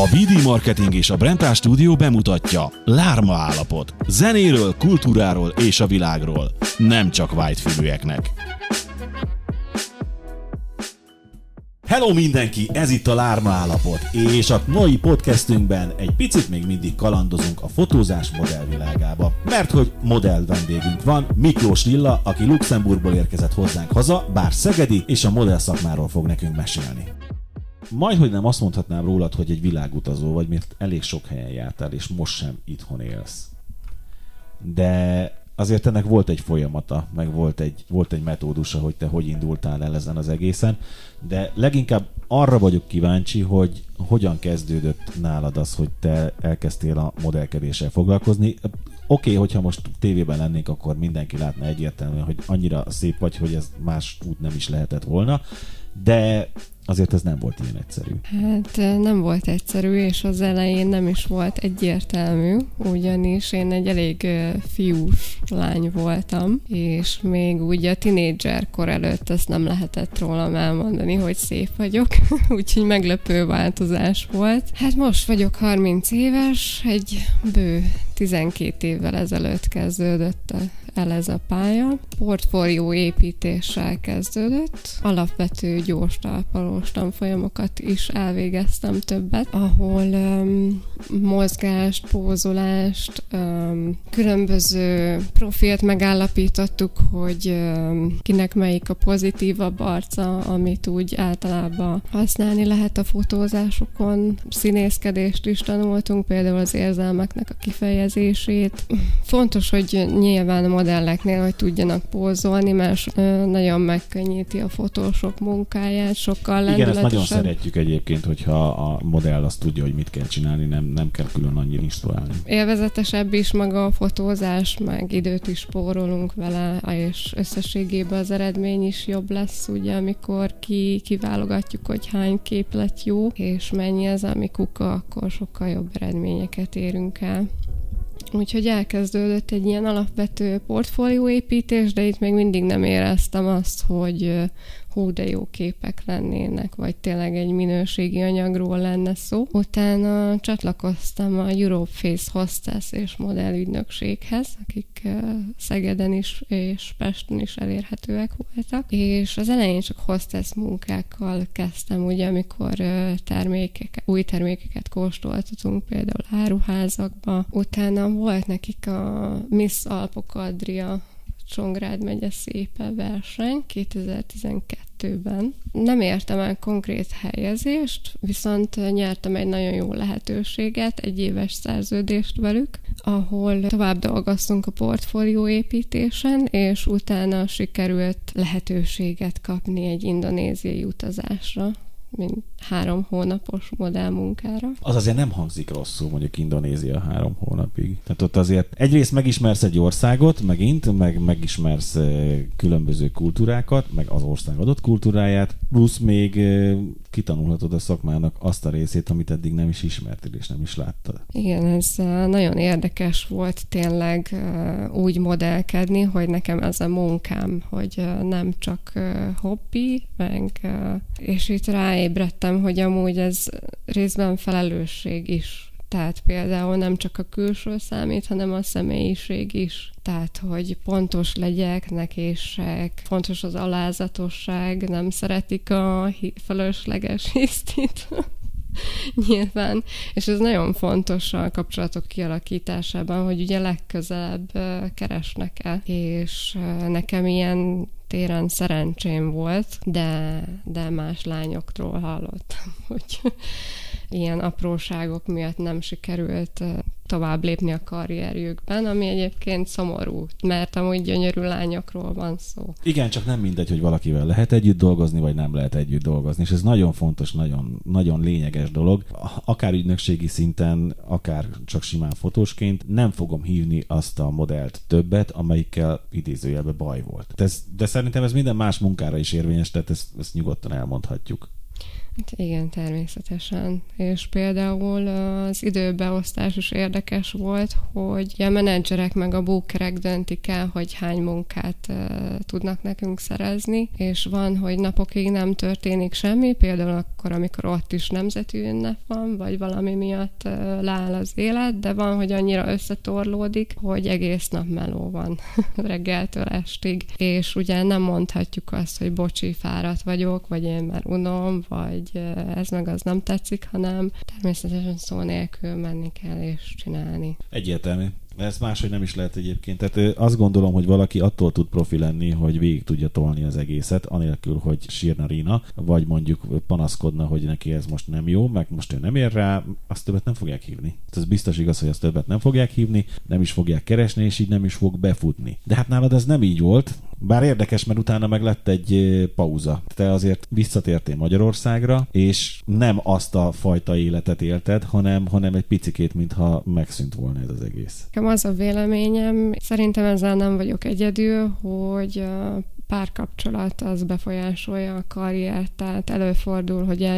A BD Marketing és a Brentás Studio bemutatja Lárma állapot. Zenéről, kultúráról és a világról. Nem csak vágyfülűeknek. Hello mindenki, ez itt a Lárma állapot, és a mai podcastünkben egy picit még mindig kalandozunk a fotózás modellvilágába. Mert hogy modell vendégünk van, Miklós Lilla, aki Luxemburgból érkezett hozzánk haza, bár szegedi, és a modell szakmáról fog nekünk mesélni. Majdhogy nem azt mondhatnám rólad, hogy egy világutazó vagy, mert elég sok helyen jártál, és most sem itthon élsz. De azért ennek volt egy folyamata, meg volt egy metódusa, hogy te hogy indultál el ezen az egészen, de leginkább arra vagyok kíváncsi, hogy hogyan kezdődött nálad az, hogy te elkezdtél a modellkedéssel foglalkozni. Oké, hogyha most tévében lennénk, akkor mindenki látna egyértelműen, hogy annyira szép vagy, hogy ez más út nem is lehetett volna, de azért ez nem volt ilyen egyszerű. Hát nem volt egyszerű, és az elején nem is volt egyértelmű, ugyanis én egy elég fiús lány voltam, és még úgy a tinédzser kor előtt ezt nem lehetett rólam elmondani, hogy szép vagyok, úgyhogy meglepő változás volt. Hát most vagyok 30 éves, egy bő 12 évvel ezelőtt kezdődött el ez a pálya. Portfólió építéssel kezdődött. Alapvető gyors talpalós tanfolyamokat is elvégeztem többet, ahol mozgást, pózolást, különböző profilt megállapítottuk, hogy kinek melyik a pozitívabb arca, amit úgy általában használni lehet a fotózásokon. Színészkedést is tanultunk, például az érzelmeknek a kifejezését. Fontos, hogy nyilván a modelleknél, hogy tudjanak pózolni, mert nagyon megkönnyíti a fotósok munkáját, sokkal lendületesebb. Igen, ezt nagyon szeretjük egyébként, hogyha a modell azt tudja, hogy mit kell csinálni, nem kell külön annyira instruálni. Élvezetesebb is maga a fotózás, meg időt is spórolunk vele, és összességében az eredmény is jobb lesz, ugye, amikor kiválogatjuk, hogy hány képlet jó, és mennyi az, ami kuka, akkor sokkal jobb eredményeket érünk el. Úgyhogy elkezdődött egy ilyen alapvető portfólióépítés, de itt még mindig nem éreztem azt, hogy hú, de jó képek lennének, vagy tényleg egy minőségi anyagról lenne szó. Utána csatlakoztam a Europe Face Hostess és modellügynökséghez, akik Szegeden is és Pesten is elérhetőek voltak, és az elején csak hostess munkákkal kezdtem, ugye, amikor új termékeket kóstoltatunk, például áruházakba. Utána volt nekik a Miss Alpok Adria Csongrád megye szépe verseny 2012-ben. Nem értem el konkrét helyezést, viszont nyertem egy nagyon jó lehetőséget, egy éves szerződést velük, ahol tovább dolgoztunk a portfólió építésen, és utána sikerült lehetőséget kapni egy indonéziai utazásra, mint 3 hónapos modellmunkára. Az azért nem hangzik rosszul, mondjuk Indonézia 3 hónapig. Tehát ott azért egyrészt megismersz egy országot, meg megismersz különböző kultúrákat, meg az ország adott kultúráját, plusz még kitanulhatod a szakmának azt a részét, amit eddig nem is ismertél és nem is láttad. Igen, ez nagyon érdekes volt tényleg úgy modellkedni, hogy nekem ez a munkám, hogy nem csak hobbi, és itt ráébredtem, hogy amúgy ez részben felelősség is. Tehát például nem csak a külső számít, hanem a személyiség is. Tehát, hogy pontos legyek, ne késsek, fontos az alázatosság, nem szeretik a fölösleges hisztit. Nyilván. És ez nagyon fontos a kapcsolatok kialakításában, hogy ugye legközelebb keresnek el. És nekem ilyen téren szerencsém volt, de más lányoktól hallottam, hogy ilyen apróságok miatt nem sikerült tovább lépni a karrierjükben, ami egyébként szomorú, mert amúgy gyönyörű lányokról van szó. Igen, csak nem mindegy, hogy valakivel lehet együtt dolgozni, vagy nem lehet együtt dolgozni, és ez nagyon fontos, nagyon, nagyon lényeges dolog. Akár ügynökségi szinten, akár csak simán fotósként nem fogom hívni azt a modellt többet, amelyikkel idézőjelben baj volt. De szerintem ez minden más munkára is érvényes, tehát ezt nyugodtan elmondhatjuk. Hát igen, természetesen. És például az időbeosztás is érdekes volt, hogy a menedzserek meg a bookerek döntik el, hogy hány munkát tudnak nekünk szerezni, és van, hogy napokig nem történik semmi, például akkor, amikor ott is nemzeti ünnep van, vagy valami miatt leáll az élet, de van, hogy annyira összetorlódik, hogy egész nap meló van reggeltől estig, és ugye nem mondhatjuk azt, hogy bocsi, fáradt vagyok, vagy én már unom, vagy ez meg az nem tetszik, hanem természetesen szó nélkül menni kell és csinálni. Egyértelmű. Ez máshogy nem is lehet egyébként. Tehát azt gondolom, hogy valaki attól tud profi lenni, hogy végig tudja tolni az egészet, anélkül, hogy sírna rína, vagy mondjuk panaszkodna, hogy neki ez most nem jó, meg most ő nem ér rá, azt többet nem fogják hívni. Ez biztos igaz, hogy azt többet nem fogják hívni, nem is fogják keresni, és így nem is fog befutni. De hát nálad ez nem így volt. Bár érdekes, mert utána meg lett egy pauza. Te azért visszatértél Magyarországra, és nem azt a fajta életet élted, hanem egy picikét, mintha megszűnt volna ez az egész. Az a véleményem, szerintem ezzel nem vagyok egyedül, hogy a párkapcsolat az befolyásolja a karriert, tehát előfordul, hogy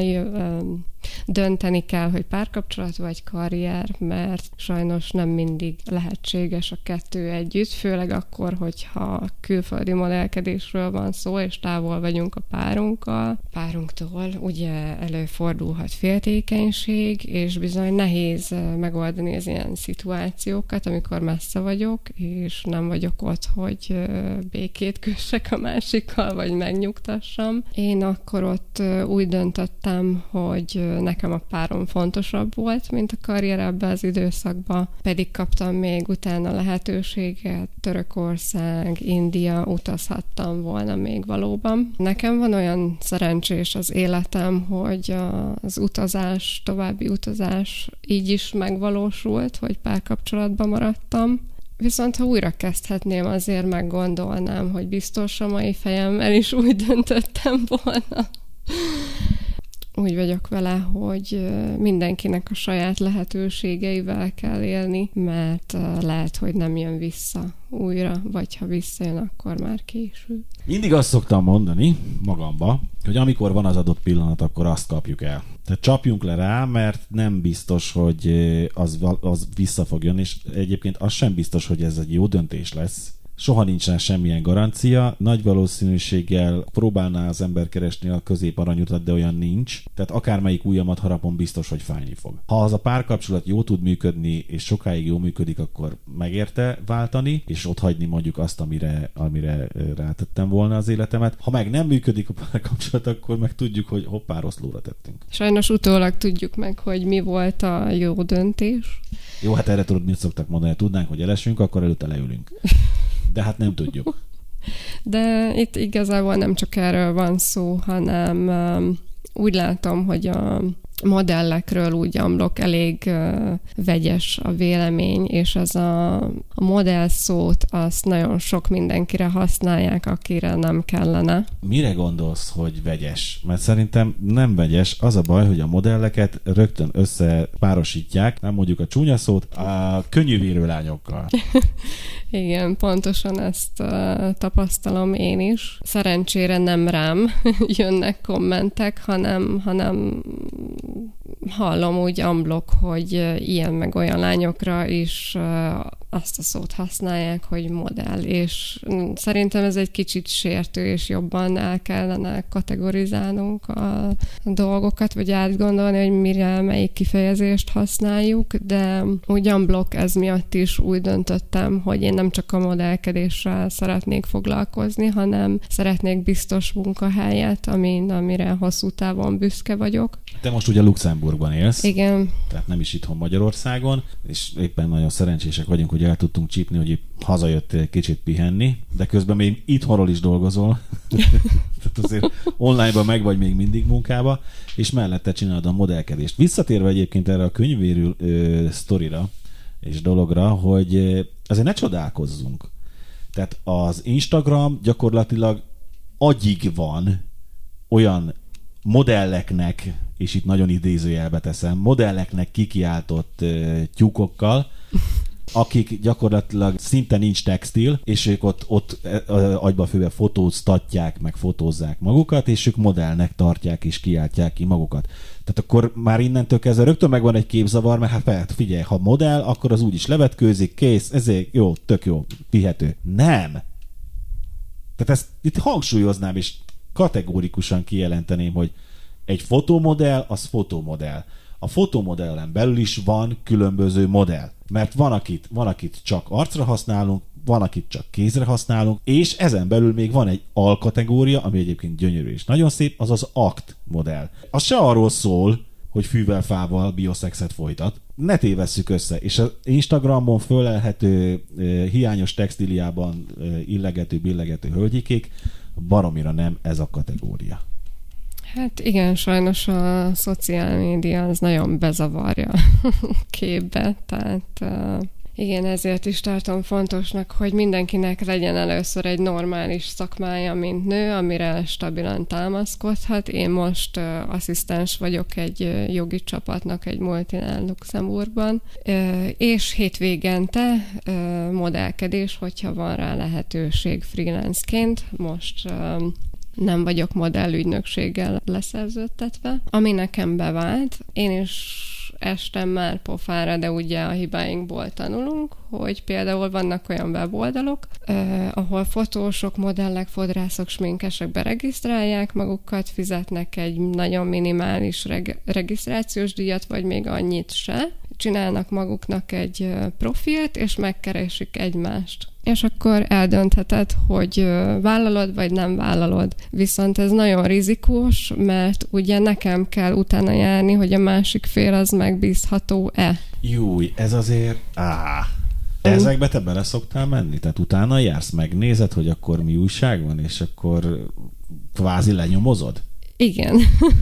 dönteni kell, hogy párkapcsolat vagy karrier, mert sajnos nem mindig lehetséges a kettő együtt, főleg akkor, hogyha külföldi modellkedésről van szó, és távol vagyunk a párunktól, ugye előfordulhat féltékenység, és bizony nehéz megoldani az ilyen szituációkat, amikor messze vagyok, és nem vagyok ott, hogy békét kössek a másikkal, vagy megnyugtassam. Én akkor ott úgy döntöttem, hogy nekem a párom fontosabb volt, mint a karrier ebben az időszakban, pedig kaptam még utána lehetőséget, Törökország, India, utazhattam volna még valóban. Nekem van olyan szerencsés az életem, hogy az utazás, további utazás így is megvalósult, hogy párkapcsolatban maradtam. Viszont ha újra kezdhetném, azért meggondolnám, hogy biztos a mai fejemmel is úgy döntöttem volna. Úgy vagyok vele, hogy mindenkinek a saját lehetőségeivel kell élni, mert lehet, hogy nem jön vissza újra, vagy ha visszajön, akkor már késő. Mindig azt szoktam mondani magamba, hogy amikor van az adott pillanat, akkor azt kapjuk el. Tehát csapjunk le rá, mert nem biztos, hogy az vissza fog jönni, és egyébként az sem biztos, hogy ez egy jó döntés lesz. Soha nincsen semmilyen garancia, nagy valószínűséggel próbálná az ember keresni a középaranyutat, de olyan nincs. Tehát akármelyik ujjamat harapon, biztos, hogy fájni fog. Ha az a párkapcsolat jó tud működni, és sokáig jó működik, akkor megérte váltani, és ott hagyni mondjuk azt, amire rátettem volna az életemet. Ha meg nem működik a párkapcsolat, akkor meg tudjuk, hogy hoppá, rossz lóra tettünk. Sajnos utólag tudjuk meg, hogy mi volt a jó döntés. Jó, hát erre tudod, mit szoktak mondani, ha tudnánk, hogy elesünk, akkor előtte leülünk. De hát nem tudjuk. De itt igazából nem csak erről van szó, hanem úgy látom, hogy a modellekről úgy amblok elég vegyes a vélemény, és az a modell szót azt nagyon sok mindenkire használják, akire nem kellene. Mire gondolsz, hogy vegyes? Mert szerintem nem vegyes. Az a baj, hogy a modelleket rögtön összepárosítják, nem mondjuk a csúnya szót, a könnyűvérő lányokkal. Igen, pontosan ezt tapasztalom én is. Szerencsére nem rám jönnek kommentek, hanem hallom úgy amblok, hogy ilyen meg olyan lányokra is azt a szót használják, hogy modell, és szerintem ez egy kicsit sértő, és jobban el kellene kategorizálnunk a dolgokat, vagy átgondolni, hogy mire melyik kifejezést használjuk, de úgy amblok ez miatt is úgy döntöttem, hogy én nem csak a modellkedéssel szeretnék foglalkozni, hanem szeretnék biztos munkahelyet, amire hosszú távon büszke vagyok. Te most ugye Luxemburgban élsz. Igen. Tehát nem is itthon Magyarországon, és éppen nagyon szerencsések vagyunk, hogy el tudtunk csípni, hogy hazajöttél egy kicsit pihenni, de közben még itthonról is dolgozol. Tehát azért online-ban meg vagy még mindig munkába, és mellette csinálod a modellkedést. Visszatérve egyébként erre a könyvérű sztorira és dologra, hogy azért ne csodálkozzunk. Tehát az Instagram gyakorlatilag agyig van olyan modelleknek, és itt nagyon idézőjelbe teszem, modelleknek kikiáltott tyúkokkal, akik gyakorlatilag szinte nincs textil, és ők ott agyba főve fotóztatják, meg fotózzák magukat, és ők modellnek tartják és kiáltják ki magukat. Tehát akkor már innentől kezdve rögtön megvan egy képzavar, mert hát figyelj, ha modell, akkor az úgyis levetkőzik, kész, ezért jó, tök jó, pihető. Nem! Tehát ezt itt hangsúlyoznám, és kategórikusan kijelenteném, hogy egy fotomodell, az fotomodell. A fotomodellen belül is van különböző modell. Mert van, akit csak arcra használunk, van, akit csak kézre használunk, és ezen belül még van egy alkategória, ami egyébként gyönyörű és nagyon szép, az az ACT modell. Az se arról szól, hogy fűvel-fával bioszexet folytat. Ne tévesszük össze, és az Instagramon fölelhető hiányos textíliában illegető hölgyikék baromira nem ez a kategória. Hát igen, sajnos a szociál média az nagyon bezavarja képbe, tehát igen, ezért is tartom fontosnak, hogy mindenkinek legyen először egy normális szakmája, mint nő, amire stabilan támaszkodhat. Én most asszisztens vagyok egy jogi csapatnak egy multinál Luxemburgban, és hétvégente modellkedés, hogyha van rá lehetőség freelanceként. Most nem vagyok modellügynökséggel leszerződtetve, ami nekem bevált. Én is estem már pofára, de ugye a hibáinkból tanulunk, hogy például vannak olyan weboldalok, ahol fotósok, modellek, fodrászok, sminkesek beregisztrálják magukat, fizetnek egy nagyon minimális regisztrációs díjat, vagy még annyit se, csinálnak maguknak egy profilt, és megkeresik egymást. És akkor eldöntheted, hogy vállalod, vagy nem vállalod. Viszont ez nagyon rizikós, mert ugye nekem kell utána járni, hogy a másik fél az megbízható-e. Júj, ez azért... Ezekbe te bele szoktál menni? Tehát utána jársz, megnézed, hogy akkor mi újság van, és akkor kvázi lenyomozod? Igen.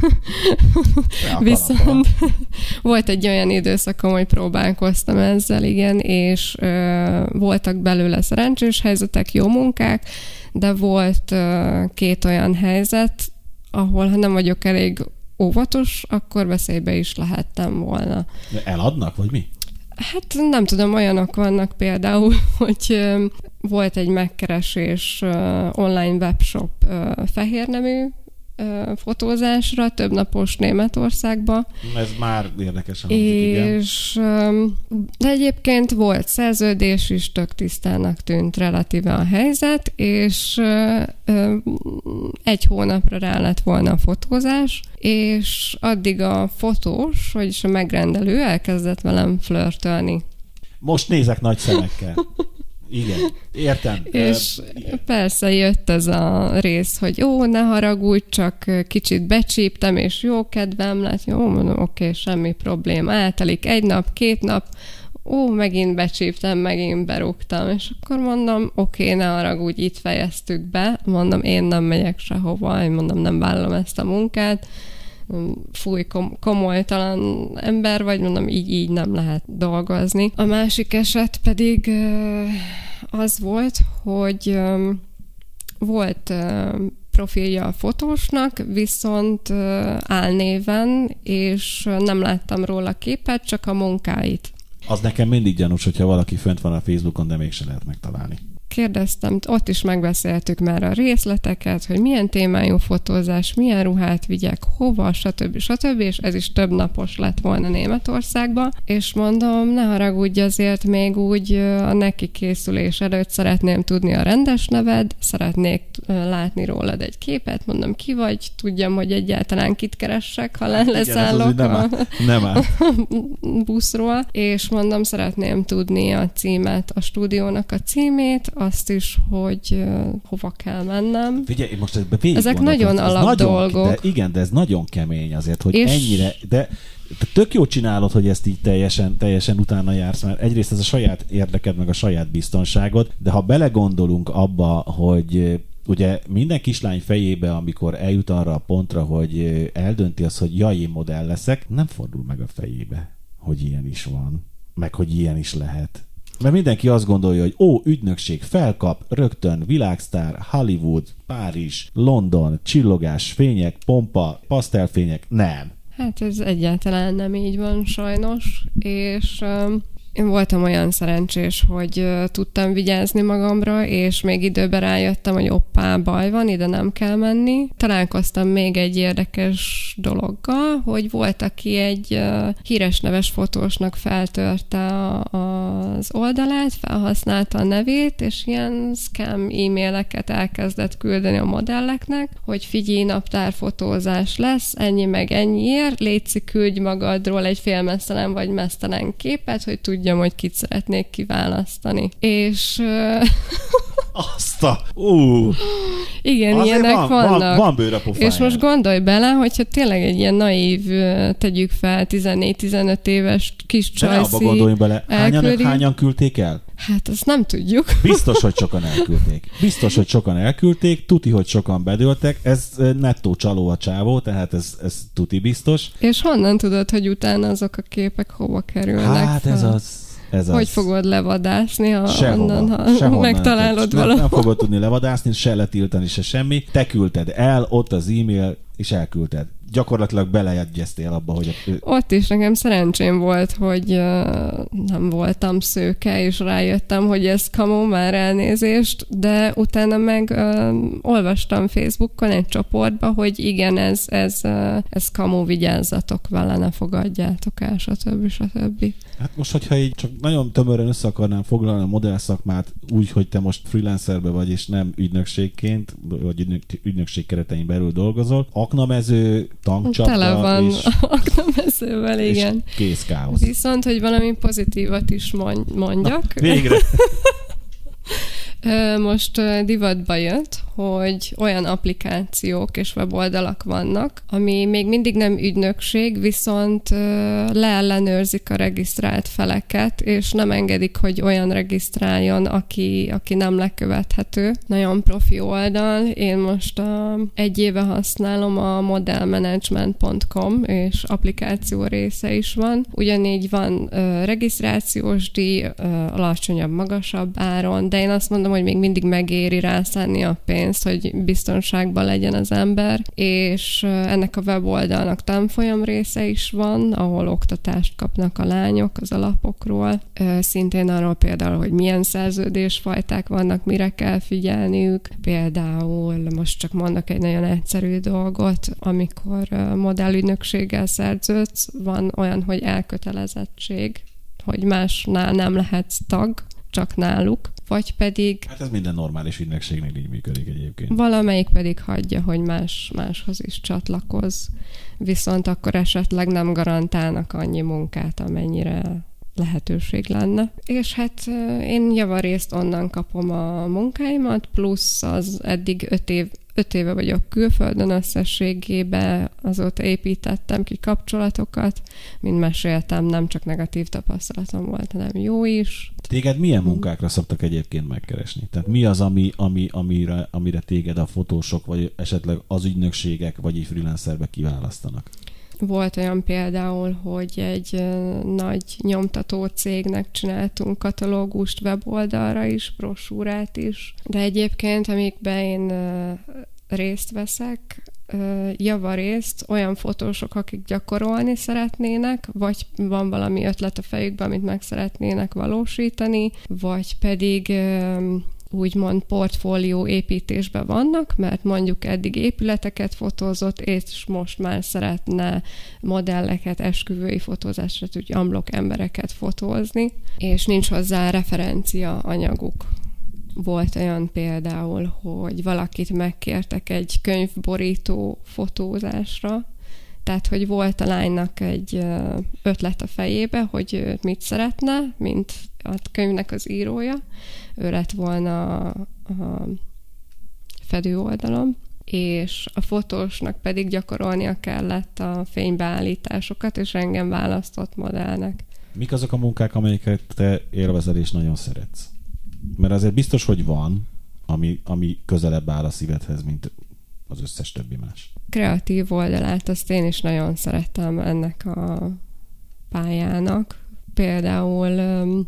Viszont volt egy olyan időszakom, hogy próbálkoztam ezzel, igen, és voltak belőle szerencsés helyzetek, jó munkák, de volt 2 olyan helyzet, ahol ha nem vagyok elég óvatos, akkor veszélybe is lehettem volna. De eladnak, vagy mi? Hát nem tudom, olyanok vannak például, hogy volt egy megkeresés online webshop fehérnemű fotózásra, többnapos Németországba. Ez már érdekesen hangzik, igen. És de egyébként volt szerződés is, tök tisztának tűnt relatíve a helyzet, és 1 hónapra rá lett volna a fotózás, és addig a fotós, vagyis a megrendelő elkezdett velem flörtölni. Most nézek nagy szemekkel. Igen, értem. És persze jött ez a rész, hogy ne haragudj, csak kicsit becsíptem, és jó kedvem lett, jó, mondom, oké, semmi probléma. Eltelik 1 nap, 2 nap, megint becsíptem, megint berúgtam, és akkor mondom, oké, ne haragudj, itt fejeztük be, mondom, én nem megyek sehova, én mondom, nem vállalom ezt a munkát, fúj, komolytalan ember vagy, mondom, így nem lehet dolgozni. A másik eset pedig az volt, hogy volt profilja a fotósnak, viszont álnéven, és nem láttam róla képet, csak a munkáit. Az nekem mindig gyanús, hogyha valaki fönt van a Facebookon, de mégse lehet megtalálni. Kérdeztem, ott is megbeszéltük már a részleteket, hogy milyen témájú fotózás, milyen ruhát vigyek, hova, stb. És ez is több napos lett volna Németországba, és mondom, ne haragudj, azért még úgy a neki készülés előtt szeretném tudni a rendes neved, szeretnék látni rólad egy képet, mondom, ki vagy, tudjam, hogy egyáltalán kit keressek, ha leszállok a buszról, és mondom, szeretném tudni a címet, a stúdiónak a címét, azt is, hogy hova kell mennem. Figyelj, most ezek nagyon alap dolgok. De igen, de ez nagyon kemény azért, hogy ennyire, de tök jó csinálod, hogy ezt így teljesen utána jársz, mert egyrészt ez a saját érdeked, meg a saját biztonságod, de ha belegondolunk abba, hogy ugye minden kislány fejébe, amikor eljut arra a pontra, hogy eldönti azt, hogy jaj, én modell leszek, nem fordul meg a fejébe, hogy ilyen is van, meg hogy ilyen is lehet. Mert mindenki azt gondolja, hogy ügynökség felkap, rögtön világsztár, Hollywood, Párizs, London, csillogás, fények, pompa, pasztelfények, nem. Hát ez egyáltalán nem így van sajnos, és Én voltam olyan szerencsés, hogy tudtam vigyázni magamra, és még időben rájöttem, hogy oppá, baj van, ide nem kell menni. Találkoztam még egy érdekes dologgal, hogy volt, aki egy híres neves fotósnak feltörte az oldalát, felhasználta a nevét, és ilyen scam e-maileket elkezdett küldeni a modelleknek, hogy figyelj, naptárfotózás lesz, ennyi meg ennyiért, létszik, küldj magadról egy félmeztelen vagy meztelen képet, hogy tudjam, hogy kit szeretnék kiválasztani. És... Igen, ilyenek vannak. Van bőr a pofáján. És most gondolj bele, hogyha tényleg egy ilyen naív, tegyük fel, 14-15 éves kis csajszi... De abba gondolj bele, hányan küldték el? Hát azt nem tudjuk. Biztos, hogy sokan elküldték. Tuti, hogy sokan bedőltek. Ez nettó csaló a csávó, tehát ez tuti biztos. És honnan tudod, hogy utána azok a képek hova kerülnek? Hát ez az. Hogy fogod levadászni, ha sehonnan megtalálod valahol? Nem fogod tudni levadászni, se letiltani, se semmi. Te küldted el, ott az e-mail, és elküldted. Gyakorlatilag belejegyeztél abba, hogy... Ott is nekem szerencsém volt, hogy nem voltam szőke, és rájöttem, hogy ez kamu, már elnézést, de utána meg olvastam Facebookon egy csoportba, hogy igen, ez kamu, vigyázzatok vele, ne fogadjátok el, stb. Hát most, hogyha így csak nagyon tömören össze akarnám foglalni a modellszakmát úgy, hogy te most freelancerbe vagy, és nem ügynökségként, vagy ügynökség keretein belül dolgozol, aknamező, tankcsapda, tele van aknamezővel, igen. És kész káosz. Viszont, hogy valami pozitívat is mondjak. Na, végre! Most divatba jött, hogy olyan applikációk és weboldalak vannak, ami még mindig nem ügynökség, viszont leellenőrzik a regisztrált feleket, és nem engedik, hogy olyan regisztráljon, aki nem lekövethető. Nagyon profi oldal. Én most egy éve használom a modellmanagement.com, és applikáció része is van. Ugyanígy van regisztrációs díj, alacsonyabb, magasabb áron, de én azt mondom, hogy még mindig megéri rászánni a pénzt, hogy biztonságban legyen az ember, és ennek a weboldalnak tanfolyam része is van, ahol oktatást kapnak a lányok az alapokról. Szintén arról például, hogy milyen szerződésfajták vannak, mire kell figyelniük. Például most csak mondok egy nagyon egyszerű dolgot, amikor modellügynökséggel szerződsz, van olyan, hogy elkötelezettség, hogy másnál nem lehetsz tag, csak náluk, vagy pedig... Hát ez minden normális ügynökségnél így működik egyébként. Valamelyik pedig hagyja, hogy máshoz is csatlakozz, viszont akkor esetleg nem garantálnak annyi munkát, amennyire lehetőség lenne. És hát én javarészt onnan kapom a munkáimat, plusz az eddig 5 éve vagyok külföldön, összességében azóta építettem ki kapcsolatokat, mint meséltem, nem csak negatív tapasztalatom volt, hanem jó is. Téged milyen munkákra szoktak egyébként megkeresni? Tehát mi az, amire téged a fotósok, vagy esetleg az ügynökségek, vagy egy freelancerbe kiválasztanak? Volt olyan például, hogy egy nagy nyomtató cégnek csináltunk katalógust, weboldalra is, brosúrát is, de egyébként, amikben én részt veszek, javarészt olyan fotósok, akik gyakorolni szeretnének, vagy van valami ötlet a fejükben, amit meg szeretnének valósítani, vagy pedig úgymond portfólió építésben vannak, mert mondjuk eddig épületeket fotózott, és most már szeretne modelleket, esküvői fotózásra, úgy unblock embereket fotózni, és nincs hozzá referencia anyaguk. Volt olyan például, hogy valakit megkértek egy könyvborító fotózásra, tehát, hogy volt a lánynak egy ötlet a fejébe, hogy mit szeretne, mint a könyvnek az írója. Ő lett volna a fedő oldalon, és a fotósnak pedig gyakorolnia kellett a fénybeállításokat, és engem választott modellnek. Mik azok a munkák, amelyeket te élvezel és nagyon szeretsz? Mert azért biztos, hogy van, ami közelebb áll a szívedhez, mint az összes többi más. Kreatív oldalát, azt én is nagyon szeretem ennek a pályának. Például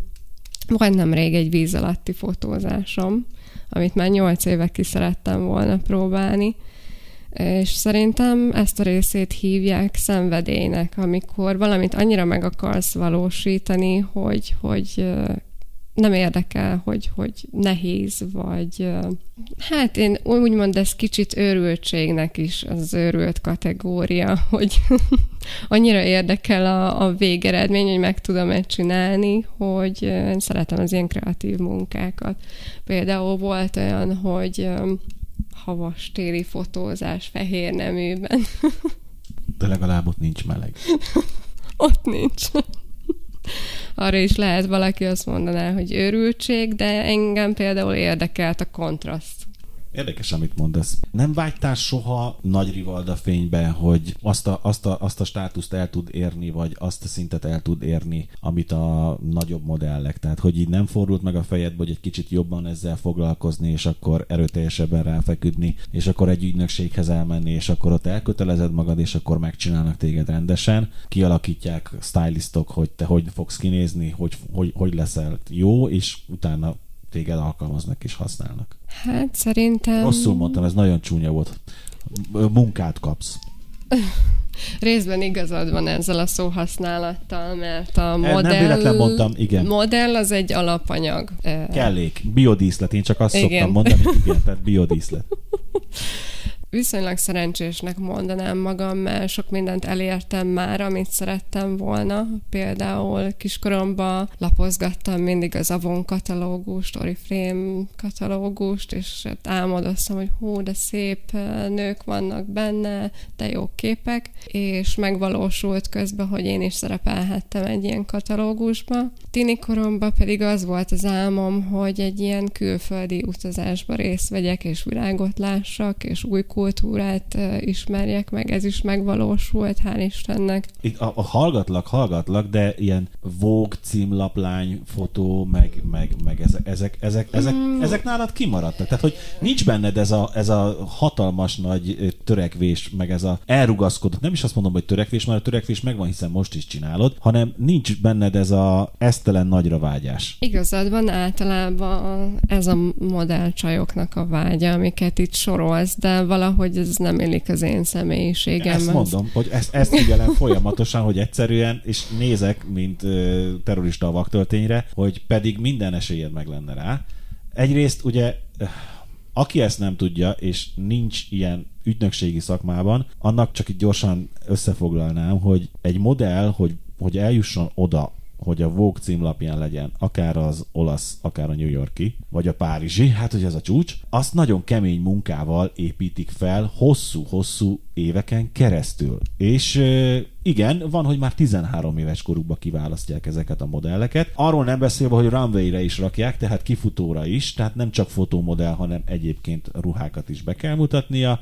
volt nemrég egy víz alatti fotózásom, amit már 8 éve ki szerettem volna próbálni, És szerintem ezt a részét hívják szenvedélynek, amikor valamit annyira meg akarsz valósítani, hogy nem érdekel, hogy nehéz, vagy hát én úgymond ez kicsit őrültségnek is az őrült kategória, hogy annyira érdekel a végeredmény, hogy meg tudom-e csinálni, hogy én szeretem az ilyen kreatív munkákat. Például volt olyan, hogy havas téli fotózás fehér neműben. De legalább ott nincs meleg. Ott nincs. Arra is lehet valaki azt mondaná, hogy őrültség, de engem például érdekelt a kontraszt. Érdekes, amit mondasz. Nem vágytál soha nagy Rivalda fényben, hogy azt a státuszt el tud érni, vagy azt a szintet el tud érni, amit a nagyobb modellek. Tehát, hogy így nem fordult meg a fejedbe, hogy egy kicsit jobban ezzel foglalkozni, és akkor erőteljesebben ráfeküdni, és akkor egy ügynökséghez elmenni, és akkor ott elkötelezed magad, és akkor megcsinálnak téged rendesen. Kialakítják stylistok, hogy te hogy fogsz kinézni, hogy leszel jó, és utána téged alkalmaznak és használnak. Hát szerintem... Rosszul mondtam, ez nagyon csúnya volt. Munkát kapsz. Részben igazad van ezzel a szóhasználattal, mert a Nem véletlen mondtam, igen. Modell az egy alapanyag. Kellék, biodíszlet, én csak azt szoktam mondani, igen, tehát biodíszlet. Viszonylag szerencsésnek mondanám magam, mert sok mindent elértem már, amit szerettem volna. Például kiskoromban lapozgattam mindig az Avon katalógust, Oriflame katalógust, és álmodoztam, hogy hú, de szép nők vannak benne, de jó képek, és megvalósult közben, hogy én is szerepelhettem egy ilyen katalógusba. Tini koromban pedig az volt az álmom, hogy egy ilyen külföldi utazásba részt vegyek, és világot lássak, és új kultúrát ismerjek meg, ez is megvalósult, hál' Istennek. Itt hallgatlak, de ilyen Vogue címlaplány fotó, meg ezek nálad kimaradtak. Tehát, hogy nincs benned ez a hatalmas nagy törekvés, meg ez a elrugaszkodott, nem is azt mondom, hogy törekvés, mert a törekvés megvan, hiszen most is csinálod, hanem nincs benned ez a esztelen nagyra vágyás. Igazad van, általában ez a modellcsajoknak a vágya, amiket itt sorolsz, de valahogy ez nem illik az én személyiségemhez. Ezt mondom, hogy ezt figyelem folyamatosan, hogy egyszerűen, és nézek, mint terrorista a vaktöltényre, hogy pedig minden esélyed meg lenne rá. Egyrészt ugye, aki ezt nem tudja, és nincs ilyen ügynökségi szakmában, annak csak itt gyorsan összefoglalnám, hogy egy modell, hogy eljusson oda, hogy a Vogue címlapján legyen, akár az olasz, akár a New Yorki, vagy a párizsi, hát hogy ez a csúcs, azt nagyon kemény munkával építik fel hosszú-hosszú éveken keresztül. És igen, van, hogy már 13 éves korukba kiválasztják ezeket a modelleket. Arról nem beszélve, hogy runway-re is rakják, tehát kifutóra is, tehát nem csak fotómodell, hanem egyébként ruhákat is be kell mutatnia.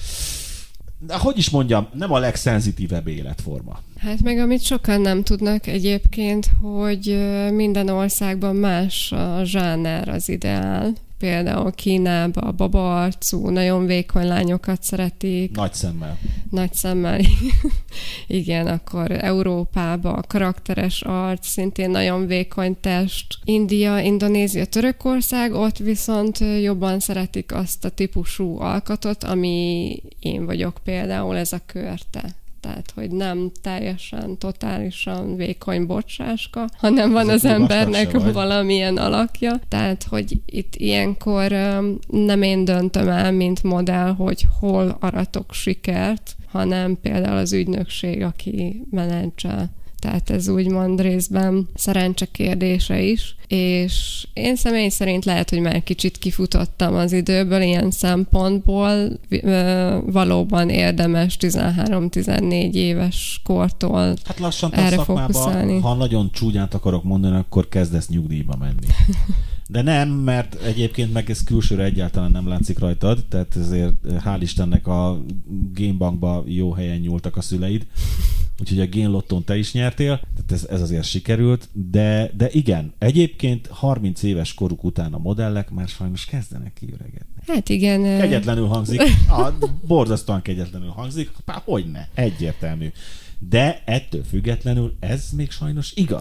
Hogy is mondjam, nem a legszenzitívebb életforma. Hát meg amit sokan nem tudnak egyébként, hogy minden országban más a zsáner az ideál. Például Kínában a babaarcú, nagyon vékony lányokat szeretik. Nagy szemmel. Igen, akkor Európában a karakteres arc, szintén nagyon vékony test. India, Indonézia, Törökország, ott viszont jobban szeretik azt a típusú alkatot, ami én vagyok például, ez a körte. Tehát, hogy nem teljesen, totálisan vékony bocsáska, hanem van az embernek valamilyen alakja. Tehát, hogy itt ilyenkor nem én döntöm el, mint modell, hogy hol aratok sikert, hanem például az ügynökség, aki menedzsel. Tehát ez úgymond részben szerencse kérdése is, és én személy szerint lehet, hogy már kicsit kifutottam az időből ilyen szempontból, valóban érdemes 13-14 éves kortól hát lassan erre fókuszálni. Ha nagyon csúnyát akarok mondani, akkor kezdesz nyugdíjba menni. De nem, mert egyébként meg ez külsőre egyáltalán nem látszik rajtad, tehát ezért hál' Istennek a génbankba jó helyen nyúltak a szüleid, úgyhogy a génlottón te is nyertél, tehát ez azért sikerült, de igen, egyébként 30 éves koruk után a modellek már sajnos kezdenek kiüregedni. Hát igen. Kegyetlenül hangzik, borzasztóan kegyetlenül hangzik, hogyne, egyértelmű. De ettől függetlenül ez még sajnos igaz.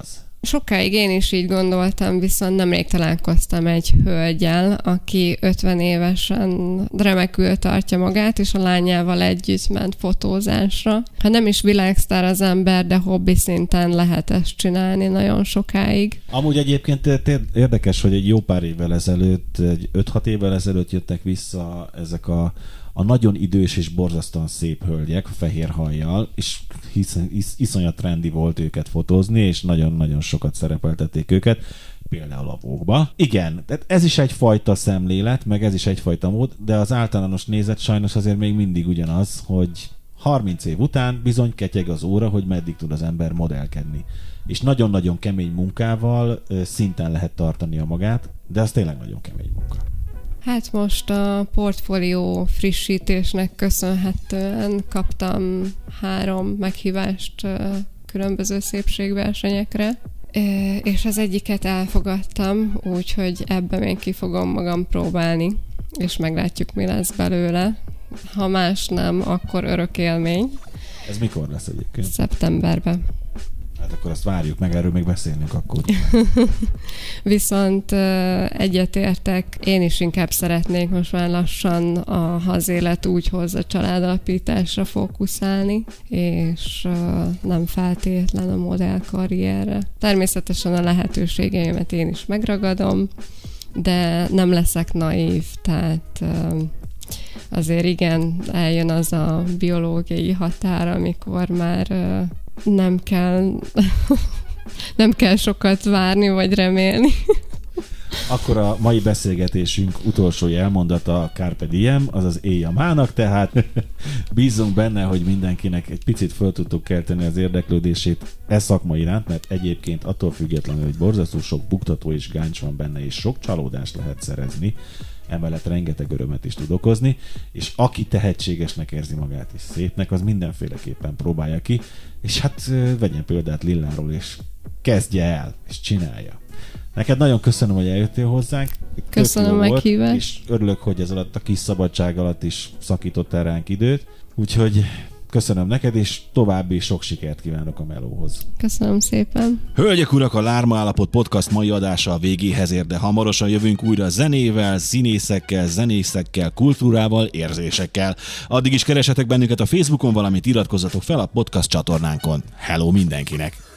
Sokáig én is így gondoltam, viszont nemrég találkoztam egy hölgyel, aki 50 évesen remekül tartja magát, és a lányával együtt ment fotózásra. Ha nem is világsztár az ember, de hobbi szinten lehet ezt csinálni nagyon sokáig. Amúgy egyébként érdekes, hogy egy jó pár évvel ezelőtt, 5-6 évvel ezelőtt jöttek vissza ezek a nagyon idős és borzasztóan szép hölgyek, fehér hajjal, és iszonyat trendi volt őket fotózni, és nagyon-nagyon sokat szerepeltették őket, például a Vogue-ba. Igen, tehát ez is egyfajta szemlélet, meg ez is egyfajta mód, de az általános nézet sajnos azért még mindig ugyanaz, hogy 30 év után bizony ketyeg az óra, hogy meddig tud az ember modellkedni. És nagyon-nagyon kemény munkával szinten lehet tartania magát, de az tényleg nagyon kemény munka. Hát most a portfólió frissítésnek köszönhetően kaptam 3 meghívást különböző szépségversenyekre, és az egyiket elfogadtam, úgyhogy ebben még ki fogom magam próbálni, és meglátjuk, mi lesz belőle. Ha más nem, akkor örök élmény. Ez mikor lesz egyébként? Szeptemberben. Hát akkor azt várjuk meg, erről még beszélnünk akkor. Viszont egyetértek, én is inkább szeretnék most már lassan az élet úgy hoz a családalapításra fókuszálni, és nem feltétlen a modellkarrierre. Természetesen a lehetőségeimet én is megragadom, de nem leszek naív, tehát azért igen, eljön az a biológiai határ, amikor már nem kell sokat várni, vagy remélni. Akkor a mai beszélgetésünk utolsó elmondata a Carpe Diem, azaz élj a mának, tehát bízzunk benne, hogy mindenkinek egy picit föl tudtuk kelteni az érdeklődését szakma iránt, mert egyébként attól függetlenül, hogy borzasztó sok buktató és gáncs van benne, és sok csalódást lehet szerezni, emellett rengeteg örömet is tud okozni, és aki tehetségesnek érzi magát és szépnek, az mindenféleképpen próbálja ki, és hát vegyen példát Lilláról, és kezdje el, és csinálja. Neked nagyon köszönöm, hogy eljöttél hozzánk. Köszönöm a meghívást. És örülök, hogy ez alatt a kis szabadság alatt is szakítottál ránk időt. Úgyhogy köszönöm neked, és további sok sikert kívánok a melóhoz. Köszönöm szépen. Hölgyek, urak, a Lárma Állapot podcast mai adása a végéhez ér, de hamarosan jövünk újra zenével, színészekkel, kultúrával, érzésekkel. Addig is keresetek bennünket a Facebookon, valamint iratkozzatok fel a podcast csatornánkon. Hello mindenkinek!